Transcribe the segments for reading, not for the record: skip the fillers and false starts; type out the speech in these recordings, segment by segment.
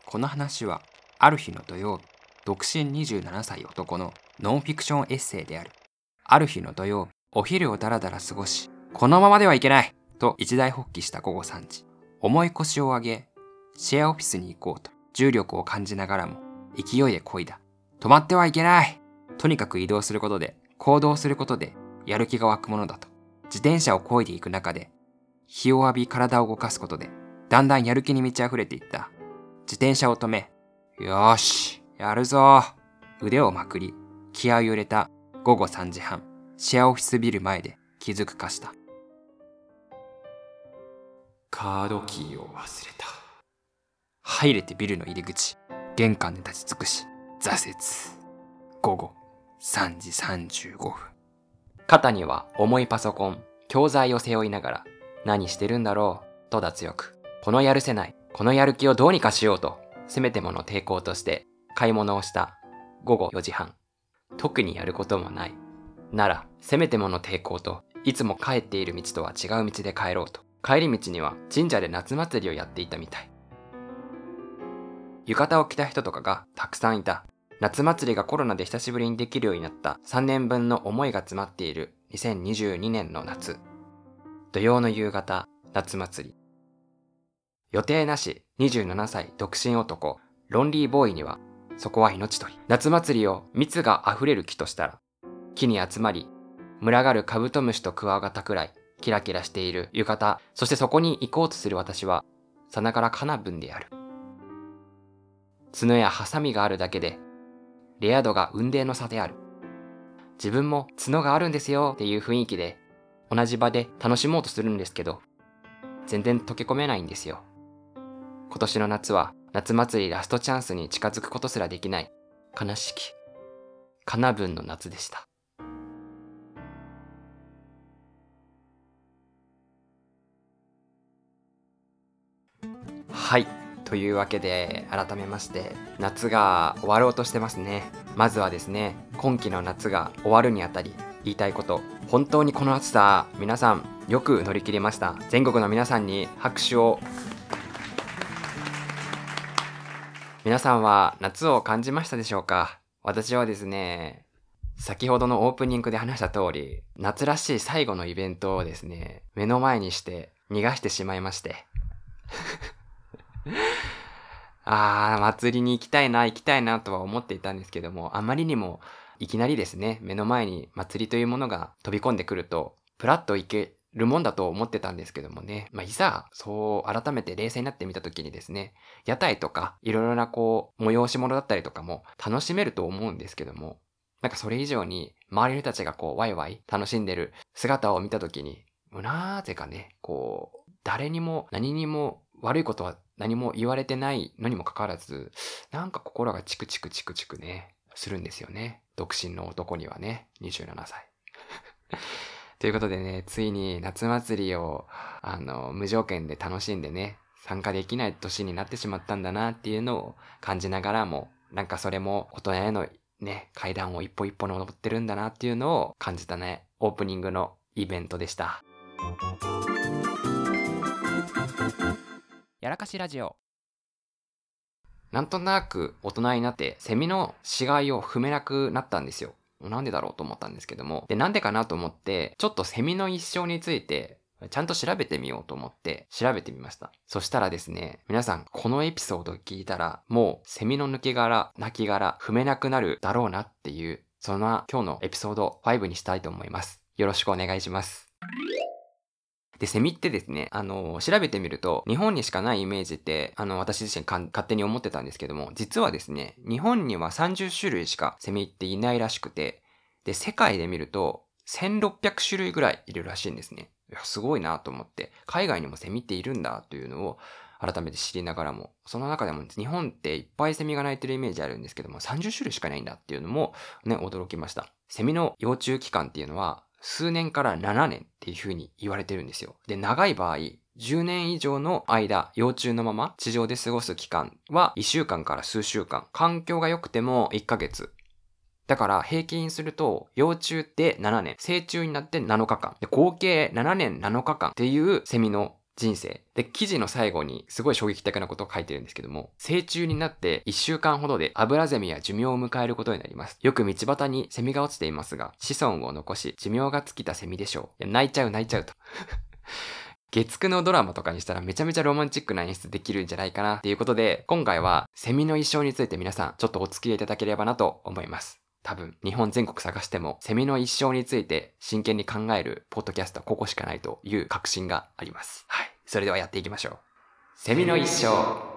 この話はある日の土曜日、独身27歳男のノンフィクションエッセイである。ある日の土曜日、お昼をだらだら過ごし、このままではいけないと一大発起した午後3時、重い腰を上げ、シェアオフィスに行こうと重力を感じながらも勢いで漕いだ。止まってはいけない。とにかく移動することで、行動することでやる気が湧くものだと。自転車を漕いでいく中で、日を浴び体を動かすことで、だんだんやる気に満ち溢れていった。自転車を止め、よーし、やるぞ。腕をまくり、気合を入れた午後3時半、シェアオフィスビル前で気づくかした。カードキーを忘れた。入れてビルの入り口、玄関で立ち尽くし、挫折。午後3時35分。肩には重いパソコン、教材を背負いながら、何してるんだろう、と脱力。このやるせない、このやる気をどうにかしようと、せめてもの抵抗として買い物をした午後4時半。特にやることもない。なら、せめてもの抵抗と、いつも帰っている道とは違う道で帰ろうと。帰り道には神社で夏祭りをやっていたみたい。浴衣を着た人とかがたくさんいた。夏祭りがコロナで久しぶりにできるようになった3年分の思いが詰まっている2022年の夏。土曜の夕方、夏祭り。予定なし、27歳独身男、ロンリーボーイには、そこは命取り。夏祭りを蜜が溢れる木としたら、木に集まり、群がるカブトムシとクワガタくらい、キラキラしている浴衣、そしてそこに行こうとする私は、さながらカナブンである。角やハサミがあるだけで、レア度が雲泥の差である。自分も角があるんですよっていう雰囲気で、同じ場で楽しもうとするんですけど、全然溶け込めないんですよ。今年の夏は夏祭りラストチャンスに近づくことすらできない悲しきカナブンの夏でした。はい、というわけで改めまして夏が終わろうとしてますね。まずはですね、今季の夏が終わるにあたり言いたいこと、本当にこの暑さ皆さんよく乗り切りました。全国の皆さんに拍手を。皆さんは夏を感じましたでしょうか？私はですね、先ほどのオープニングで話した通り、夏らしい最後のイベントをですね、目の前にして逃がしてしまいまして。祭りに行きたいなとは思っていたんですけども、あまりにもいきなりですね、目の前に祭りというものが飛び込んでくると、プラッと行けるもんだと思ってたんですけどもね、いざそう改めて冷静になってみた時にですね、屋台とかいろいろな催し物だったりとかも楽しめると思うんですけども、なんかそれ以上に周りの人たちがワイワイ楽しんでる姿を見た時に、なぜかね、誰にも何にも悪いことは何も言われてないのにもかかわらず、なんか心がチクチクね、するんですよね。独身の男にはね、27歳。ということでね、ついに夏祭りを、無条件で楽しんでね、参加できない年になってしまったんだなっていうのを感じながらも、なんかそれも大人へのね、階段を一歩一歩登ってるんだなっていうのを感じたね、オープニングのイベントでした。やらかしラジオ。なんとなく大人になってセミの死骸を踏めなくなったんですよ。なんでだろうと思ったんですけども。で、なんでかなと思って、ちょっとセミの一生について、ちゃんと調べてみようと思って調べてみました。そしたらですね、皆さんこのエピソードを聞いたら、もうセミの抜け殻、亡き殻、踏めなくなるだろうなっていう、そんな今日のエピソード5にしたいと思います。よろしくお願いします。で、セミってですね、調べてみると、日本にしかないイメージって、私自身勝手に思ってたんですけども、実はですね、日本には30種類しかセミっていないらしくて、で、世界で見ると、1600種類ぐらいいるらしいんですね。いや、すごいなと思って、海外にもセミっているんだというのを、改めて知りながらも、その中でも日本っていっぱいセミが鳴いてるイメージあるんですけども、30種類しかないんだっていうのもね、驚きました。セミの幼虫期間っていうのは、数年から7年っていう風に言われてるんですよ。で、長い場合、10年以上の間、幼虫のまま地上で過ごす期間は1週間から数週間。環境が良くても1ヶ月。だから平均すると、幼虫って7年、成虫になって7日間。で、合計7年7日間っていうセミの人生。で、記事の最後にすごい衝撃的なことを書いてるんですけども、成虫になって1週間ほどでアブラゼミは寿命を迎えることになります。よく道端にセミが落ちていますが、子孫を残し寿命が尽きたセミでしょう。いや、泣いちゃうと。月9のドラマとかにしたらめちゃめちゃロマンチックな演出できるんじゃないかなっていうことで、今回はセミの一生について皆さんちょっとお付き合いいただければなと思います。多分日本全国探してもセミの一生について真剣に考えるポッドキャストはここしかないという確信があります。はい。それではやっていきましょう。セミの一生。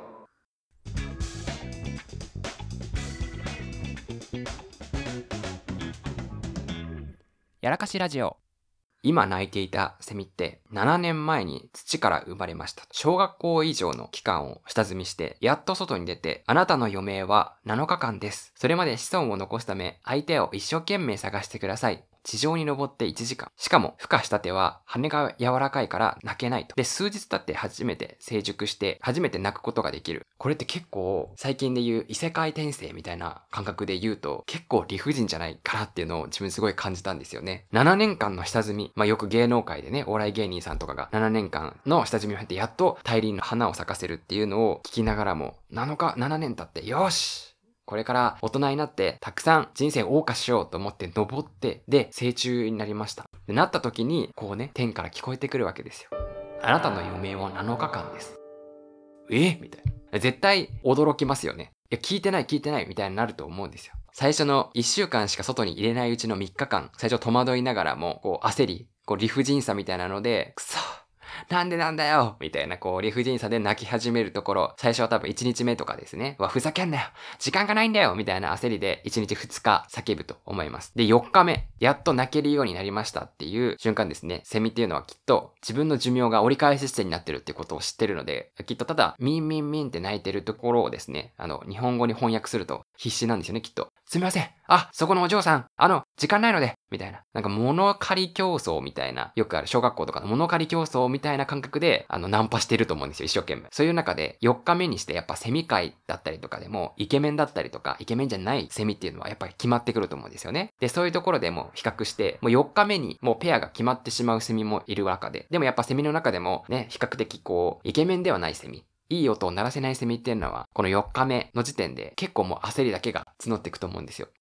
やらかしラジオ。今鳴いていたセミって7年前に土から生まれました。小学校以上の期間を下積みして、やっと外に出て、あなたの余命は7日間です。それまで子孫を残すため、相手を一生懸命探してください。地上に登って1時間。しかも、孵化したては羽が柔らかいから鳴けないと。で、数日経って初めて成熟して、初めて鳴くことができる。これって結構、最近で言う異世界転生みたいな感覚で言うと、結構理不尽じゃないかなっていうのを自分すごい感じたんですよね。7年間の下積み。よく芸能界でね、お笑い芸人さんとかが7年間の下積みを経て、やっと大輪の花を咲かせるっていうのを聞きながらも、7年経って、よしこれから大人になってたくさん人生を謳歌しようと思って登って、で、成虫になりました。で、なった時に、こうね、天から聞こえてくるわけですよ。あなたの余命は7日間です。みたいな。絶対驚きますよね。いや、聞いてないみたいになると思うんですよ。最初の1週間しか外に入れないうちの3日間、最初戸惑いながらも、こう焦り、こう理不尽さみたいなので、くそなんでなんだよみたいなこう理不尽さで泣き始めるところ、最初は多分1日目とかですね。ふざけんなよ時間がないんだよみたいな焦りで1日2日叫ぶと思います。で、4日目、やっと泣けるようになりましたっていう瞬間ですね。セミっていうのはきっと自分の寿命が折り返し地点になってるってことを知ってるので、きっとただミンミンミンって泣いてるところをですね、日本語に翻訳すると必死なんですよね、きっと。すみません。そこのお嬢さん。時間ないので。みたいな。なんか物借り競争みたいな。よくある小学校とかの物借り競争みたいな感覚で、ナンパしてると思うんですよ、一生懸命。そういう中で、4日目にしてやっぱセミ界だったりとかでも、イケメンだったりとか、イケメンじゃないセミっていうのはやっぱり決まってくると思うんですよね。で、そういうところでも比較して、もう4日目にもうペアが決まってしまうセミもいる中で、でもやっぱセミの中でもね、比較的こう、イケメンではないセミ。いい音を鳴らせないセミっていうのは、この4日目の時点で結構もう焦りだけが募っていくと思うんですよ。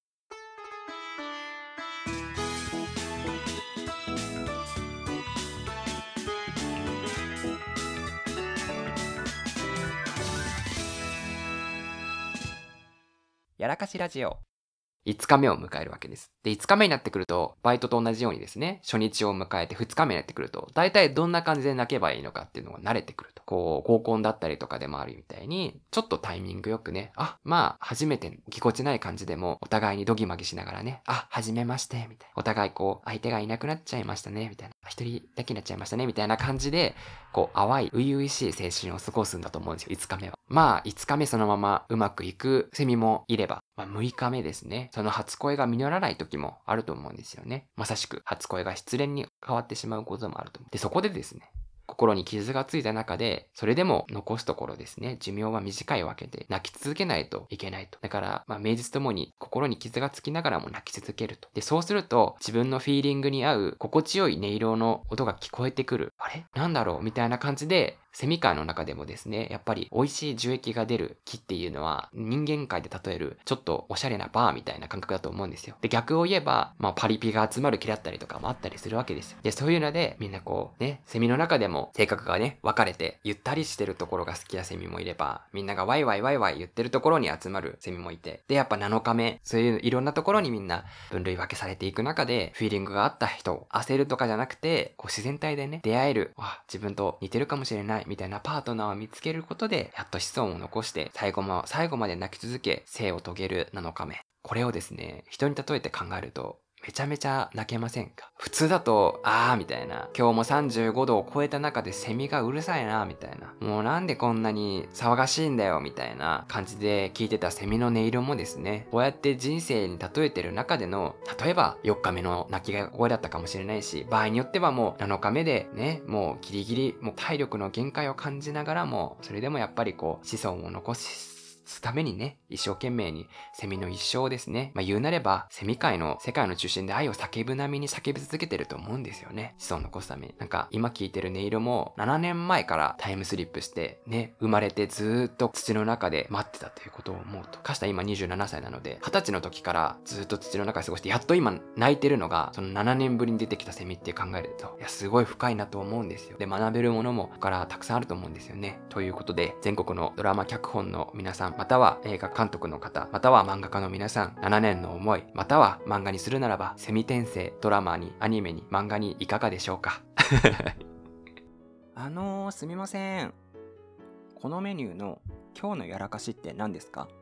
やらかしラジオ。5日目を迎えるわけです。で、5日目になってくると、バイトと同じようにですね、初日を迎えて2日目になってくると、大体どんな感じで泣けばいいのかっていうのが慣れてくると。こう、合コンだったりとかでもあるみたいに、ちょっとタイミングよくね、初めてぎこちない感じでも、お互いにドギマギしながらね、初めまして、みたいな。お互いこう、相手がいなくなっちゃいましたね、みたいな。一人だけになっちゃいましたね、みたいな感じで、こう、淡い、初々しい青春を過ごすんだと思うんですよ、5日目は。5日目そのままうまくいくセミもいれば、6日目ですね。その初恋が実らない時もあると思うんですよね。まさしく初恋が失恋に変わってしまうこともあると思う。で、そこでですね、心に傷がついた中で、それでも残すところですね、寿命は短いわけで、泣き続けないといけないと。だから、名実ともに心に傷がつきながらも泣き続けると。で、そうすると、自分のフィーリングに合う心地よい音色の音が聞こえてくる。あれなんだろうみたいな感じで、セミ界の中でもですね、やっぱり美味しい樹液が出る木っていうのは人間界で例えるちょっとおしゃれなバーみたいな感覚だと思うんですよ。で、逆を言えば、パリピが集まる木だったりとかもあったりするわけですよ。で、そういうのでみんなこうね、セミの中でも性格がね、分かれてゆったりしてるところが好きなセミもいれば、みんながワイワイワイワイ言ってるところに集まるセミもいて、で、やっぱ7日目、そういういろんなところにみんな分類分けされていく中で、フィーリングがあった人、焦るとかじゃなくて、こう自然体でね、出会える、自分と似てるかもしれないみたいなパートナーを見つけることで、やっと子孫を残して、最後まで泣き続け、生を遂げる7日目。これをですね、人に例えて考えると、めちゃめちゃ泣けませんか？普通だと、みたいな。今日も35度を超えた中でセミがうるさいな、みたいな。もうなんでこんなに騒がしいんだよ、みたいな感じで聞いてたセミの音色もですね、こうやって人生に例えてる中での、例えば4日目の泣き声だったかもしれないし、場合によってはもう7日目でね、もうギリギリ、もう体力の限界を感じながらも、それでもやっぱりこう、子孫を残すつためにね、一生懸命にセミの一生をですね、言うなれば、セミ界の世界の中心で愛を叫ぶ並みに叫び続けてると思うんですよね。子孫を残すために。なんか、今聞いてる音色も、7年前からタイムスリップして、ね、生まれてずーっと土の中で待ってたということを思うと。カシタ今27歳なので、20歳の時からずっと土の中で過ごして、やっと今泣いてるのが、その7年ぶりに出てきたセミって考えると、いや、すごい深いなと思うんですよ。で、学べるものも、ここからたくさんあると思うんですよね。ということで、全国のドラマ脚本の皆さん、または映画監督の方、または漫画家の皆さん、7年の思い、または漫画にするならば、セミ転生、ドラマに、アニメに、漫画にいかがでしょうか。 すみません。このメニューの今日のやらかしって何ですか？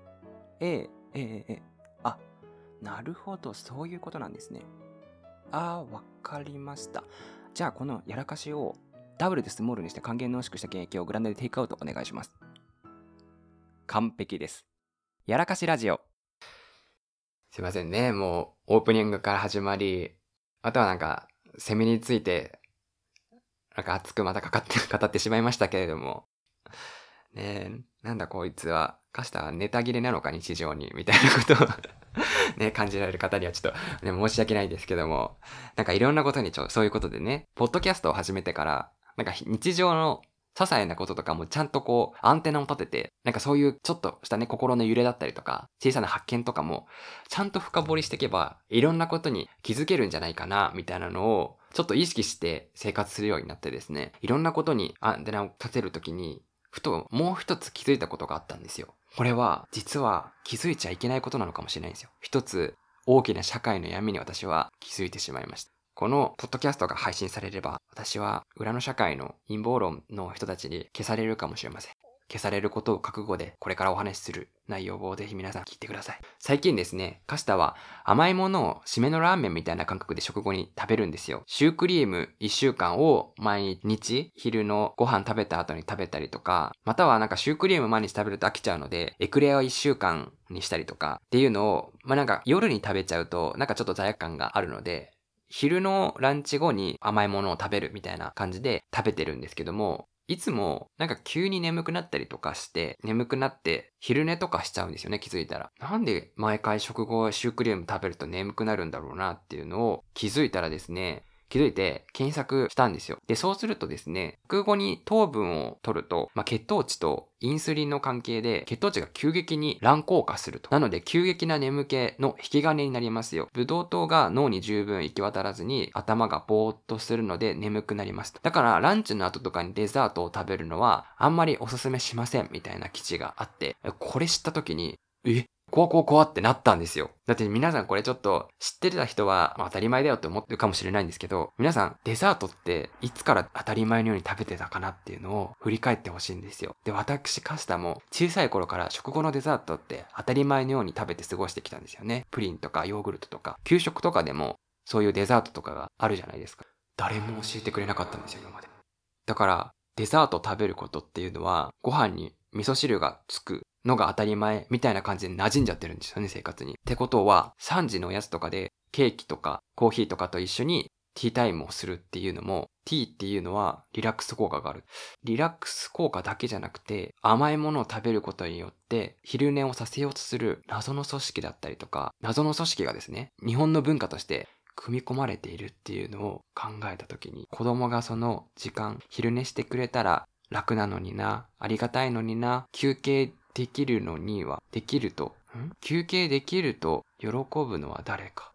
あ、なるほど、そういうことなんですね。わかりました。じゃあこのやらかしをダブルでスモールにして還元濃縮した原液をグランドでテイクアウトお願いします。完璧です。やらかしラジオ。 すいませんね。もう、オープニングから始まり、あとはなんか、セミについて、なんか熱くまた語ってしまいましたけれども。ねえ、なんだこいつは、カシタはネタ切れなのか日常に、みたいなことをね、感じられる方にはちょっと、ね、申し訳ないですけども、なんかいろんなことにそういうことでね、ポッドキャストを始めてから、なんか日常の些細なこととかもちゃんとこう、アンテナを立てて、なんかそういうちょっとしたね、心の揺れだったりとか、小さな発見とかも、ちゃんと深掘りしていけば、いろんなことに気づけるんじゃないかな、みたいなのを、ちょっと意識して生活するようになってですね、いろんなことにアンテナを立てるときに、ふともう一つ気づいたことがあったんですよ。これは、実は気づいちゃいけないことなのかもしれないんですよ。一つ、大きな社会の闇に私は気づいてしまいました。このポッドキャストが配信されれば、私は裏の社会の陰謀論の人たちに消されるかもしれません。消されることを覚悟でこれからお話しする内容をぜひ皆さん聞いてください。最近ですね、カシタは甘いものを締めのラーメンみたいな感覚で食後に食べるんですよ。シュークリーム1週間を毎日昼のご飯食べた後に食べたりとか、またはなんかシュークリーム毎日食べると飽きちゃうので、エクレアを1週間にしたりとかっていうのを、なんか夜に食べちゃうとなんかちょっと罪悪感があるので、昼のランチ後に甘いものを食べるみたいな感じで食べてるんですけども、いつもなんか急に眠くなったりとかして、眠くなって昼寝とかしちゃうんですよね、気づいたら。なんで毎回食後シュークリーム食べると眠くなるんだろうなっていうのを気づいたらですね、気づいて検索したんですよ。で、そうするとですね、食後に糖分を取ると、血糖値とインスリンの関係で血糖値が急激に乱高下すると。なので急激な眠気の引き金になりますよ。ブドウ糖が脳に十分行き渡らずに頭がぼーっとするので眠くなりますと。だからランチの後とかにデザートを食べるのはあんまりおすすめしませんみたいな記事があって、これ知った時に、怖ってなったんですよ。だって皆さんこれちょっと知ってた人は、当たり前だよって思ってるかもしれないんですけど、皆さんデザートっていつから当たり前のように食べてたかなっていうのを振り返ってほしいんですよ。で、私カシタも小さい頃から食後のデザートって当たり前のように食べて過ごしてきたんですよね。プリンとかヨーグルトとか、給食とかでもそういうデザートとかがあるじゃないですか。誰も教えてくれなかったんですよ、今まで。だからデザート食べることっていうのはご飯に味噌汁がつくのが当たり前みたいな感じで馴染んじゃってるんですよね、生活に。ってことは、3時のおやつとかでケーキとかコーヒーとかと一緒にティータイムをするっていうのも、ティーっていうのはリラックス効果がある。リラックス効果だけじゃなくて、甘いものを食べることによって昼寝をさせようとする謎の組織だったりとか、謎の組織がですね、日本の文化として組み込まれているっていうのを考えたときに、子供がその時間、昼寝してくれたら楽なのにな、ありがたいのにな、休憩できるのには、休憩できると喜ぶのは誰か。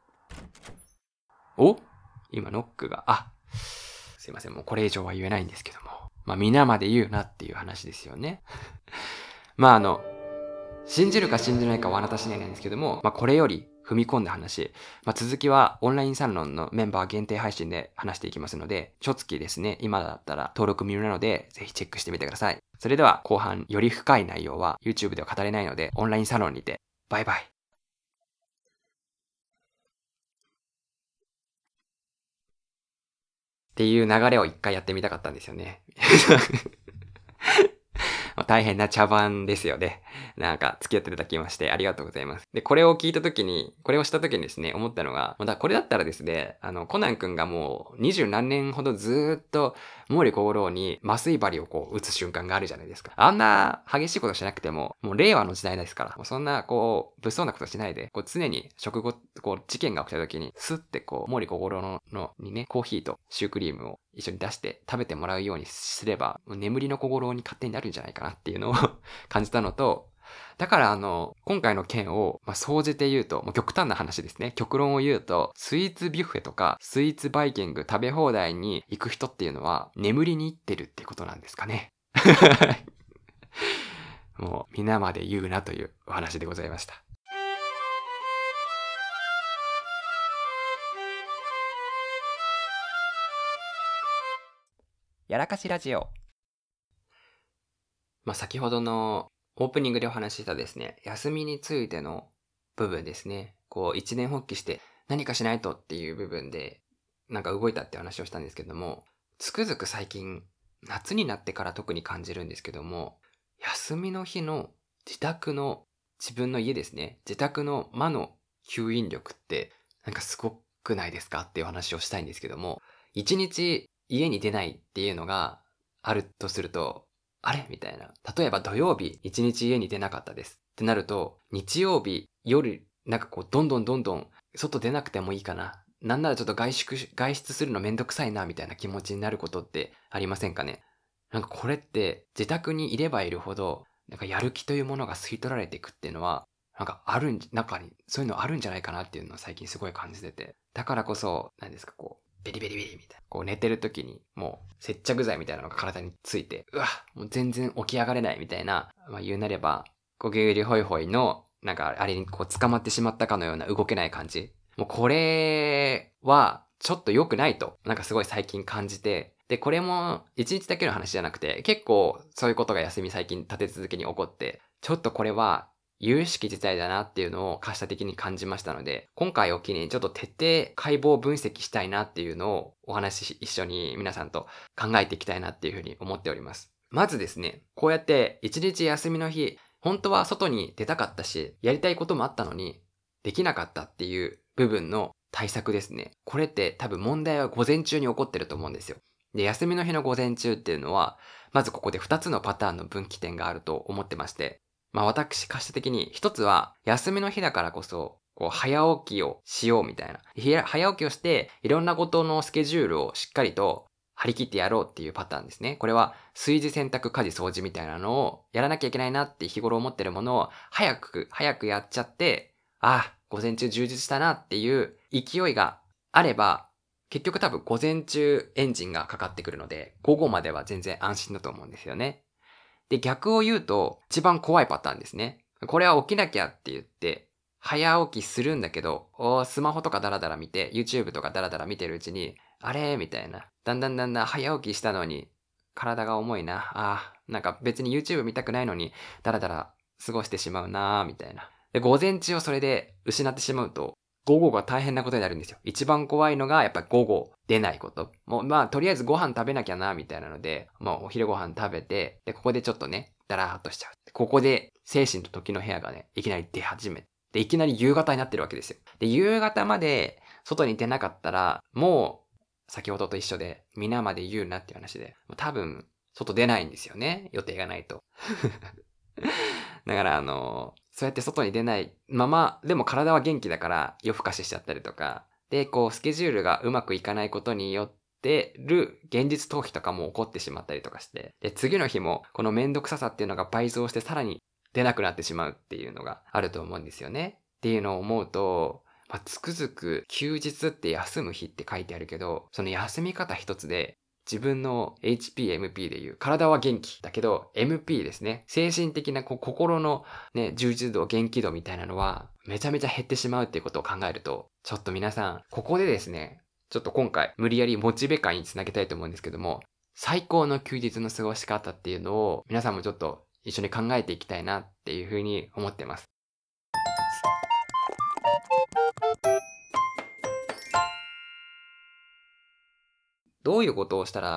今ノックが、すいません、もうこれ以上は言えないんですけども。皆まで言うなっていう話ですよね。信じるか信じないかはあなた次第なんですけども、これより踏み込んだ話。続きはオンラインサロンのメンバー限定配信で話していきますので、ちょつきですね、今だったら登録無料なので、ぜひチェックしてみてください。それでは後半より深い内容は YouTube では語れないので、オンラインサロンにて、バイバイ。っていう流れを一回やってみたかったんですよね。 大変な茶番ですよね。なんか、付き合っていただきましてありがとうございます。で、これをした時にですね、思ったのが、これだったらですね、コナン君がもう20何年ほどずーっと、毛利小五郎に麻酔針をこう打つ瞬間があるじゃないですか。あんな激しいことしなくても、もう令和の時代ですから、もうそんなこう、物騒なことしないで、こう常に食後、こう事件が起きた時に、スッてこう、毛利小五郎にね、コーヒーとシュークリームを一緒に出して食べてもらうようにすれば、眠りの小五郎に勝手になるんじゃないかなっていうのを感じたのと、だから今回の件を、総じて言うと、もう極端な話ですね。極論を言うと、スイーツビュッフェとか、スイーツバイキング食べ放題に行く人っていうのは、眠りに行ってるってことなんですかね。もう、皆まで言うなというお話でございました。 やらかしラジオ。 先ほどのオープニングでお話ししたですね、休みについての部分ですね。こう、一年発起して何かしないとっていう部分で、なんか動いたって話をしたんですけども、つくづく最近、夏になってから特に感じるんですけども、休みの日の自分の家ですね、自宅の魔の吸引力って、なんかすごくないですかっていう話をしたいんですけども、一日家に出ないっていうのがあるとすると、あれみたいな。例えば土曜日一日家に出なかったですってなると、日曜日夜なんかこうどんどん外出なくてもいいかな。なんならちょっと外出するのめんどくさいなみたいな気持ちになることってありませんかね。なんかこれって自宅にいればいるほど、なんかやる気というものが吸い取られていくっていうのは、なんか中にそういうのあるんじゃないかなっていうのを最近すごい感じてて。だからこそ、何ですかこう、ベリベリベリみたいな。こう寝てる時にもう接着剤みたいなのが体について、うわ、もう全然起き上がれないみたいな、言うなれば、こうゲーリホイホイの、なんかあれにこう捕まってしまったかのような動けない感じ。もうこれはちょっと良くないと、なんかすごい最近感じて、で、これも一日だけの話じゃなくて、結構そういうことが休み最近立て続けに起こって、ちょっとこれは有識事態だなっていうのを可視化的に感じましたので、今回を機にちょっと徹底解剖分析したいなっていうのをお話し一緒に皆さんと考えていきたいなっていうふうに思っております。まずですね、こうやって一日休みの日、本当は外に出たかったし、やりたいこともあったのに、できなかったっていう部分の対策ですね。これって多分問題は午前中に起こってると思うんですよ。で、休みの日の午前中っていうのは、まずここで2つのパターンの分岐点があると思ってまして、私、可視的に一つは、休みの日だからこそ、こう、早起きをしようみたいな。早起きをして、いろんなことのスケジュールをしっかりと張り切ってやろうっていうパターンですね。これは、炊事洗濯家事掃除みたいなのをやらなきゃいけないなって日頃思ってるものを早くやっちゃって、午前中充実したなっていう勢いがあれば、結局多分午前中エンジンがかかってくるので、午後までは全然安心だと思うんですよね。で、逆を言うと、一番怖いパターンですね。これは起きなきゃって言って、早起きするんだけど、スマホとかダラダラ見て、YouTube とかダラダラ見てるうちに、あれみたいな。だんだん早起きしたのに、体が重いな。なんか別に YouTube 見たくないのに、ダラダラ過ごしてしまうなみたいな。で、午前中をそれで失ってしまうと、午後が大変なことになるんですよ。一番怖いのが、やっぱ午後出ないこと。もうとりあえずご飯食べなきゃな、みたいなので、お昼ご飯食べて、で、ここでちょっとね、だらーっとしちゃう。ここで、精神と時の部屋がね、いきなり出始めで、いきなり夕方になってるわけですよ。で、夕方まで外に出なかったら、もう、先ほどと一緒で、皆まで言うなっていう話で、多分、外出ないんですよね。予定がないと。だからそうやって外に出ないまま、でも体は元気だから夜更かししちゃったりとか、で、こうスケジュールがうまくいかないことによってる現実逃避とかも起こってしまったりとかして、で、次の日もこのめんどくささっていうのが倍増してさらに出なくなってしまうっていうのがあると思うんですよね。っていうのを思うと、つくづく休日って休む日って書いてあるけど、その休み方一つで自分の HP、MP でいう体は元気だけど MP ですね。精神的な心のね、充実度、元気度みたいなのはめちゃめちゃ減ってしまうっていうことを考えると、ちょっと皆さん、ここでですね、ちょっと今回無理やりモチベ感につなげたいと思うんですけども、最高の休日の過ごし方っていうのを皆さんもちょっと一緒に考えていきたいなっていうふうに思ってます。どういうことをしたら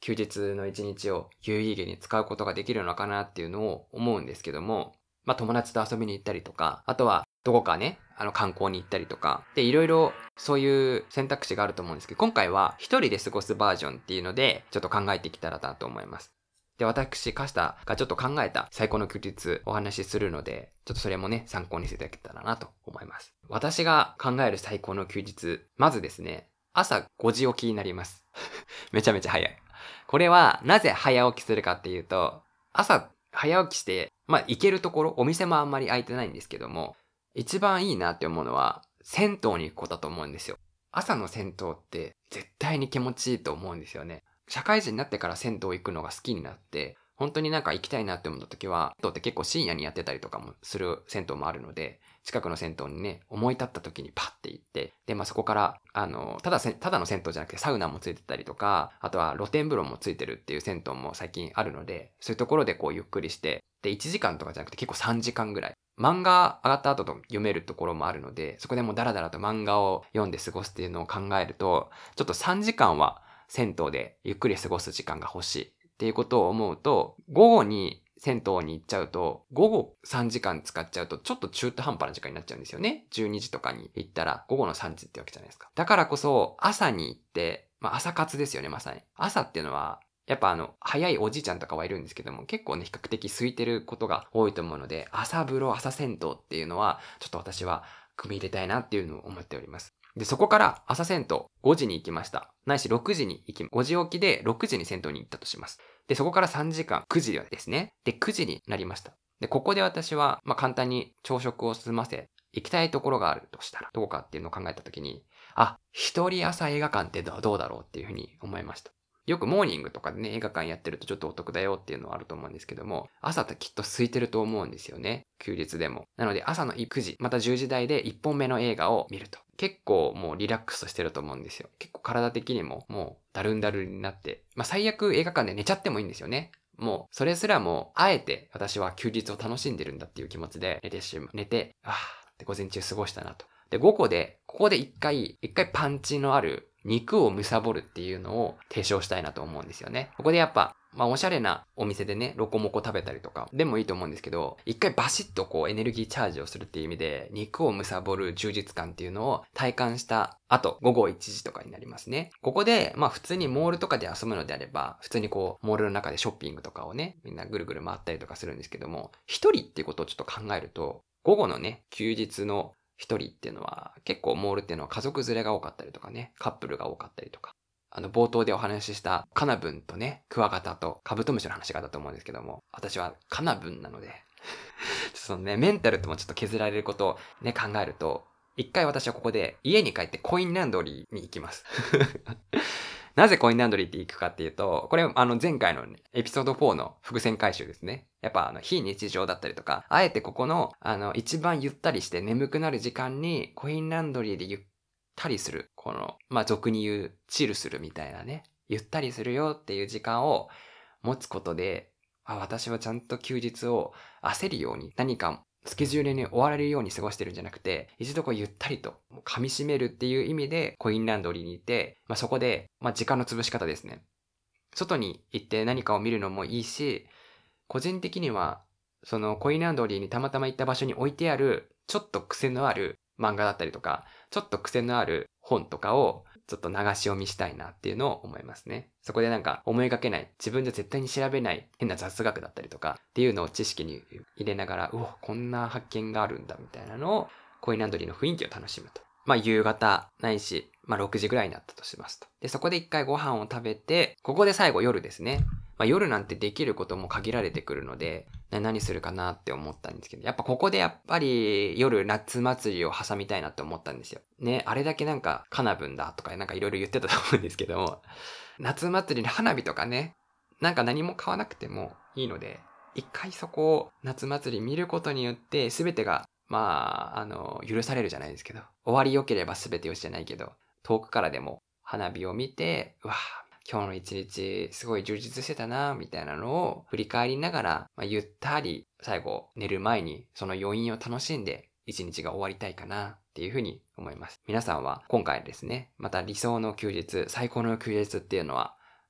休日の一日を有意義に使うことができるのかなっていうのを思うんですけども、友達と遊びに行ったりとか、あとはどこかね、観光に行ったりとか、で、いろいろそういう選択肢があると思うんですけど、今回は一人で過ごすバージョンっていうので、ちょっと考えていけたらなと思います。で、私、カシタがちょっと考えた最高の休日お話しするので、ちょっとそれもね、参考にしていただけたらなと思います。私が考える最高の休日、まずですね、朝5時起きになります。めちゃめちゃ早い。これは、なぜ早起きするかっていうと、朝早起きして、行けるところ、お店もあんまり空いてないんですけども、一番いいなって思うのは、銭湯に行くことだと思うんですよ。朝の銭湯って絶対に気持ちいいと思うんですよね。社会人になってから銭湯行くのが好きになって、本当になんか行きたいなって思った時は、銭湯って結構深夜にやってたりとかもする銭湯もあるので、近くの銭湯にね、思い立った時にパッて行って、で、そこから、ただの銭湯じゃなくてサウナもついてたりとか、あとは露天風呂もついてるっていう銭湯も最近あるので、そういうところでこうゆっくりして、で、1時間とかじゃなくて結構3時間ぐらい。漫画上がった後と読めるところもあるので、そこでもうダラダラと漫画を読んで過ごすっていうのを考えると、ちょっと3時間は銭湯でゆっくり過ごす時間が欲しいっていうことを思うと、午後に銭湯に行っちゃうと、午後3時間使っちゃうと、ちょっと中途半端な時間になっちゃうんですよね。12時とかに行ったら、午後の3時ってわけじゃないですか。だからこそ、朝に行って、朝活ですよね、まさに。朝っていうのは、やっぱ早いおじいちゃんとかはいるんですけども、結構ね、比較的空いてることが多いと思うので、朝風呂、朝銭湯っていうのは、ちょっと私は組み入れたいなっていうのを思っております。で、そこから朝銭湯5時に行きました。ないし6時に5時起きで6時に銭湯に行ったとします。で、そこから3時間、9時ですね。で、9時になりました。で、ここで私は、簡単に朝食を済ませ、行きたいところがあるとしたら、どこかっていうのを考えたときに、一人朝映画館ってどうだろうっていうふうに思いました。よくモーニングとかでね、映画館やってるとちょっとお得だよっていうのはあると思うんですけども、朝ってきっと空いてると思うんですよね。休日でも。なので朝の9時、また10時台で1本目の映画を見ると。結構もうリラックスしてると思うんですよ。結構体的にももうダルンダルになって、最悪映画館で寝ちゃってもいいんですよね。もうそれすらもあえて私は休日を楽しんでるんだっていう気持ちで寝て、で午前中過ごしたなと。で、ここで一回パンチのある肉を貪るっていうのを提唱したいなと思うんですよね。ここでやっぱ、おしゃれなお店でね、ロコモコ食べたりとかでもいいと思うんですけど、一回バシッとこうエネルギーチャージをするっていう意味で、肉を貪る充実感っていうのを体感した後、午後1時とかになりますね。ここで、普通にモールとかで遊ぶのであれば、普通にこう、モールの中でショッピングとかをね、みんなぐるぐる回ったりとかするんですけども、一人っていうことをちょっと考えると、午後のね、休日の一人っていうのは、結構モールっていうのは家族連れが多かったりとかね、カップルが多かったりとか。冒頭でお話ししたカナブンとね、クワガタとカブトムシの話があったと思うんですけども、私はカナブンなので、そのね、メンタルってもちょっと削られることをね、考えると、一回私はここで家に帰ってコインランドリーに行きます。なぜコインランドリーって行くかっていうと、これ前回の、ね、エピソード4の伏線回収ですね。やっぱ非日常だったりとか、あえてここの一番ゆったりして眠くなる時間にコインランドリーでゆったりする。この、俗に言うチルするみたいなね。ゆったりするよっていう時間を持つことで、私はちゃんと休日を焦るように何かスケジュールに追われるように過ごしてるんじゃなくて、一度こうゆったりと噛み締めるっていう意味でコインランドリーに行って、そこで、時間の潰し方ですね。外に行って何かを見るのもいいし、個人的には、そのコインランドリーにたまたま行った場所に置いてある、ちょっと癖のある漫画だったりとか、ちょっと癖のある本とかをちょっと流し読みしたいなっていうのを思いますね。そこでなんか思いがけない、自分で絶対に調べない変な雑学だったりとかっていうのを知識に入れながら、こんな発見があるんだみたいなのをコインランドリーの雰囲気を楽しむと。夕方ないし、6時ぐらいになったとしますと。で、そこで一回ご飯を食べて、ここで最後夜ですね。夜なんてできることも限られてくるので、何するかなって思ったんですけど、やっぱここでやっぱり夜夏祭りを挟みたいなって思ったんですよ。ね、あれだけなんかカナブンだとかなんかいろいろ言ってたと思うんですけども、夏祭りの花火とかね、なんか何も買わなくてもいいので、一回そこを夏祭り見ることによって全てが許されるじゃないですけど、終わり良ければ全てよしじゃないけど、遠くからでも花火を見て、今日の一日すごい充実してたなみたいなのを振り返りながら、ゆったり最後寝る前にその余韻を楽しんで一日が終わりたいかなっていうふうに思います。皆さんは今回ですね、また理想の休日、最高の休日っていうのは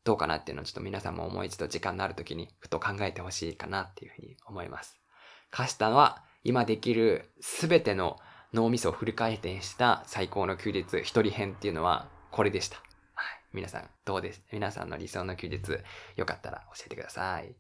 どうかなっていうのをちょっと皆さんももう一度時間のある時にふと考えてほしいかなっていうふうに思います。カシタは今できるすべての脳みそをフル回転した最高の休日一人編っていうのはこれでした。はい。皆さんどうです？皆さんの理想の休日よかったら教えてください。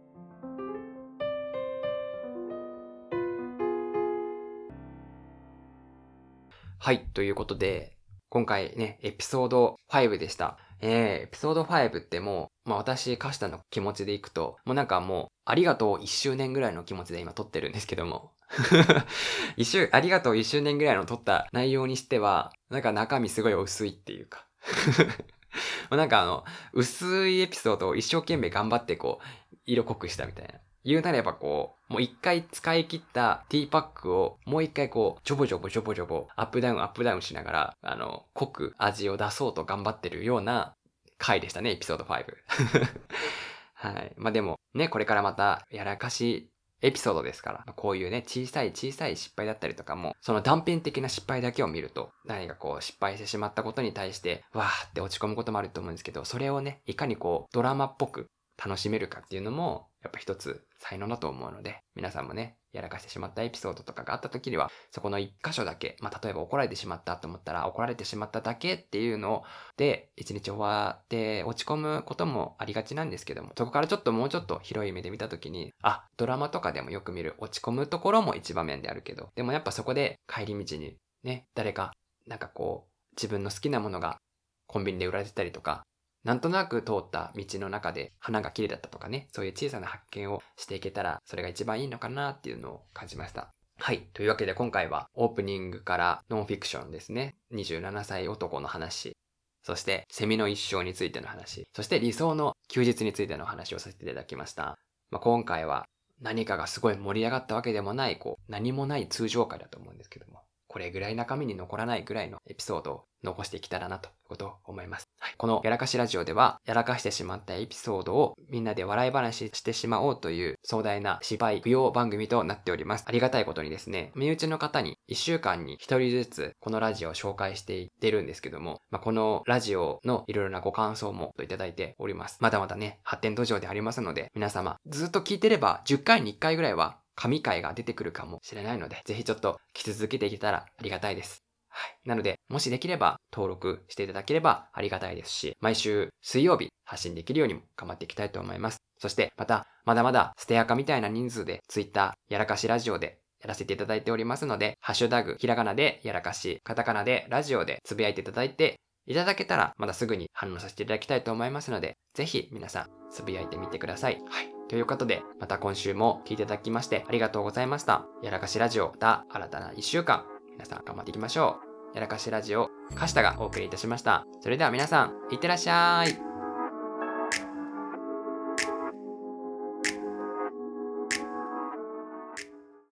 はい。ということで、今回ね、エピソード5でした。エピソード5ってもう、私、カシタの気持ちでいくと、もうなんかもう、ありがとう1周年ぐらいの気持ちで今撮ってるんですけども。ありがとう1周年ぐらいの撮った内容にしては、なんか中身すごい薄いっていうか。なんか薄いエピソードを一生懸命頑張ってこう、色濃くしたみたいな。言うなればこう、もう一回使い切ったティーパックをもう一回こう、ジョボジョボジョボジョボ、アップダウンしながら、濃く味を出そうと頑張ってるような回でしたね、エピソード5。はい。でもね、これからまたやらかしエピソードですから、こういうね、小さい失敗だったりとかも、その断片的な失敗だけを見ると、何かこう失敗してしまったことに対して、わーって落ち込むこともあると思うんですけど、それをね、いかにこう、ドラマっぽく楽しめるかっていうのも、やっぱ一つ才能だと思うので、皆さんもね、やらかしてしまったエピソードとかがあった時には、そこの一箇所だけ、例えば怒られてしまったと思ったら、怒られてしまっただけっていうので、一日終わって落ち込むこともありがちなんですけども、そこからもうちょっと広い目で見た時に、ドラマとかでもよく見る落ち込むところも一場面であるけど、でもやっぱそこで帰り道にね、誰か、なんかこう、自分の好きなものがコンビニで売られてたりとか、なんとなく通った道の中で花が綺麗だったとかね、そういう小さな発見をしていけたら、それが一番いいのかなっていうのを感じました。はい。というわけで今回はオープニングからノンフィクションですね。27歳男の話。そしてセミの一生についての話。そして理想の休日についての話をさせていただきました。今回は何かがすごい盛り上がったわけでもない、何もない通常回だと思うんですけども。これぐらい中身に残らないぐらいのエピソードを残していけたらなということを思います。はい、このやらかしラジオでは、やらかしてしまったエピソードをみんなで笑い話してしまおうという壮大な芝居、舞踊番組となっております。ありがたいことにですね、身内の方に1週間に1人ずつこのラジオを紹介していってるんですけども、このラジオのいろいろなご感想もいただいております。まだまだね、発展途上でありますので、皆様ずっと聞いてれば10回に1回ぐらいは神回が出てくるかもしれないので、ぜひちょっと聞き続けていけたらありがたいです。はい。なので、もしできれば登録していただければありがたいですし、毎週水曜日発信できるようにも頑張っていきたいと思います。そして、まだまだステアカみたいな人数で Twitter やらかしラジオでやらせていただいておりますので、ハッシュタグ、ひらがなでやらかし、カタカナでラジオでつぶやいていただいて、いただけたらまだすぐに反応させていただきたいと思いますので、ぜひ皆さんつぶやいてみてください。はい。ということで、また今週も聞いていただきましてありがとうございました。やらかしラジオ、また新たな1週間、皆さん頑張っていきましょう。やらかしラジオ、カシタがお送りいたしました。それでは皆さん、いってらっしゃい。